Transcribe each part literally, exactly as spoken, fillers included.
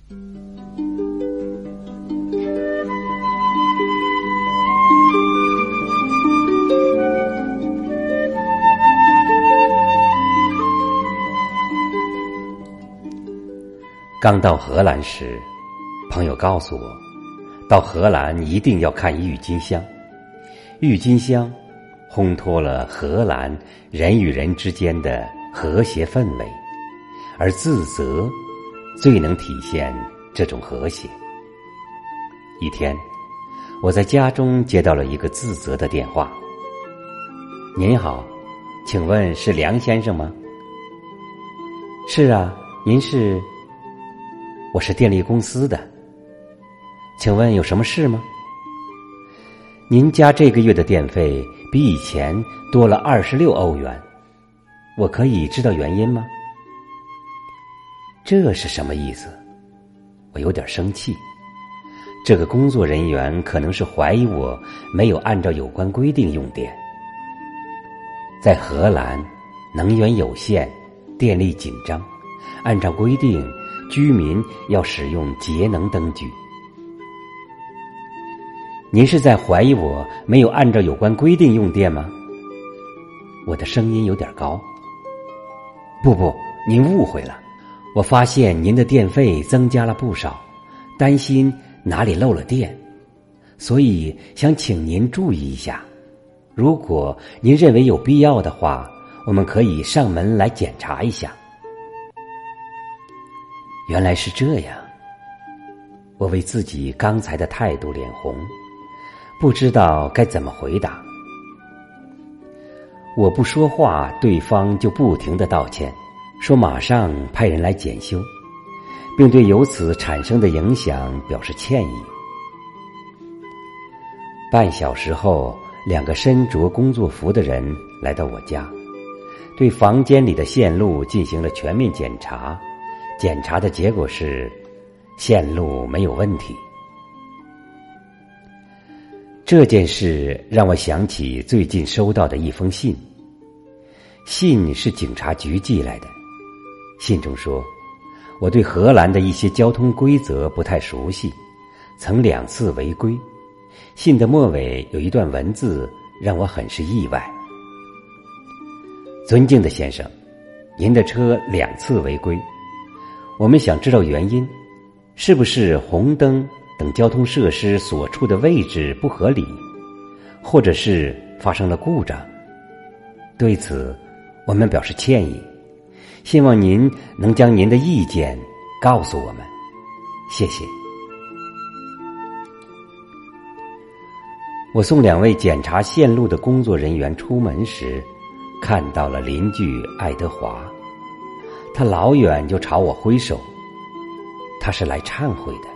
刚到荷兰时，朋友告诉我，到荷兰一定要看郁金香。郁金香烘托了荷兰人与人之间的和谐氛围，而自责最能体现这种和谐。一天，我在家中接到了一个自责的电话。您好，请问是梁先生吗？是啊，您是？我是电力公司的，请问有什么事吗？您家这个月的电费比以前多了二十六欧元，我可以知道原因吗？这是什么意思？我有点生气。这个工作人员可能是怀疑我没有按照有关规定用电。在荷兰，能源有限，电力紧张，按照规定，居民要使用节能灯具。您是在怀疑我没有按照有关规定用电吗？我的声音有点高。不不，您误会了。我发现您的电费增加了不少，担心哪里漏了电，所以想请您注意一下。如果您认为有必要的话，我们可以上门来检查一下。原来是这样，我为自己刚才的态度脸红，不知道该怎么回答。我不说话，对方就不停地道歉，说马上派人来检修，并对由此产生的影响表示歉意。半小时后，两个身着工作服的人来到我家，对房间里的线路进行了全面检查。检查的结果是，线路没有问题。这件事让我想起最近收到的一封信。信是警察局寄来的。信中说，我对荷兰的一些交通规则不太熟悉，曾两次违规。信的末尾有一段文字让我很是意外。尊敬的先生，您的车两次违规，我们想知道原因，是不是红灯等交通设施所处的位置不合理，或者是发生了故障？对此，我们表示歉意，希望您能将您的意见告诉我们，谢谢。我送两位检查线路的工作人员出门时，看到了邻居爱德华。他老远就朝我挥手，他是来忏悔的。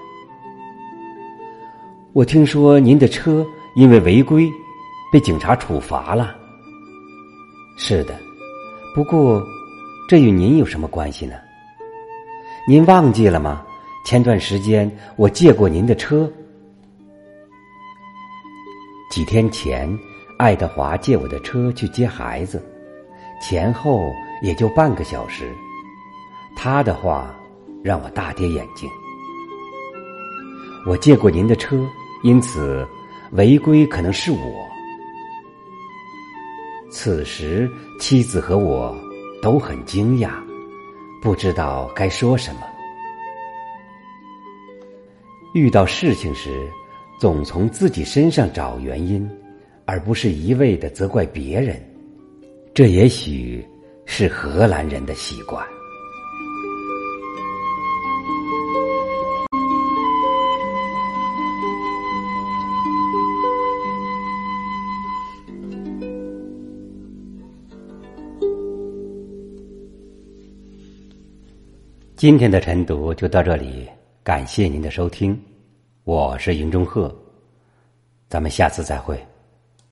我听说您的车因为违规被警察处罚了。是的，不过这与您有什么关系呢？您忘记了吗？前段时间我借过您的车。几天前，爱德华借我的车去接孩子，前后也就半个小时。他的话让我大跌眼镜。我借过您的车，因此违规可能是我。此时妻子和我都很惊讶，不知道该说什么。遇到事情时，总从自己身上找原因，而不是一味地责怪别人，这也许是荷兰人的习惯。今天的晨读就到这里，感谢您的收听，我是云中鹤，咱们下次再会。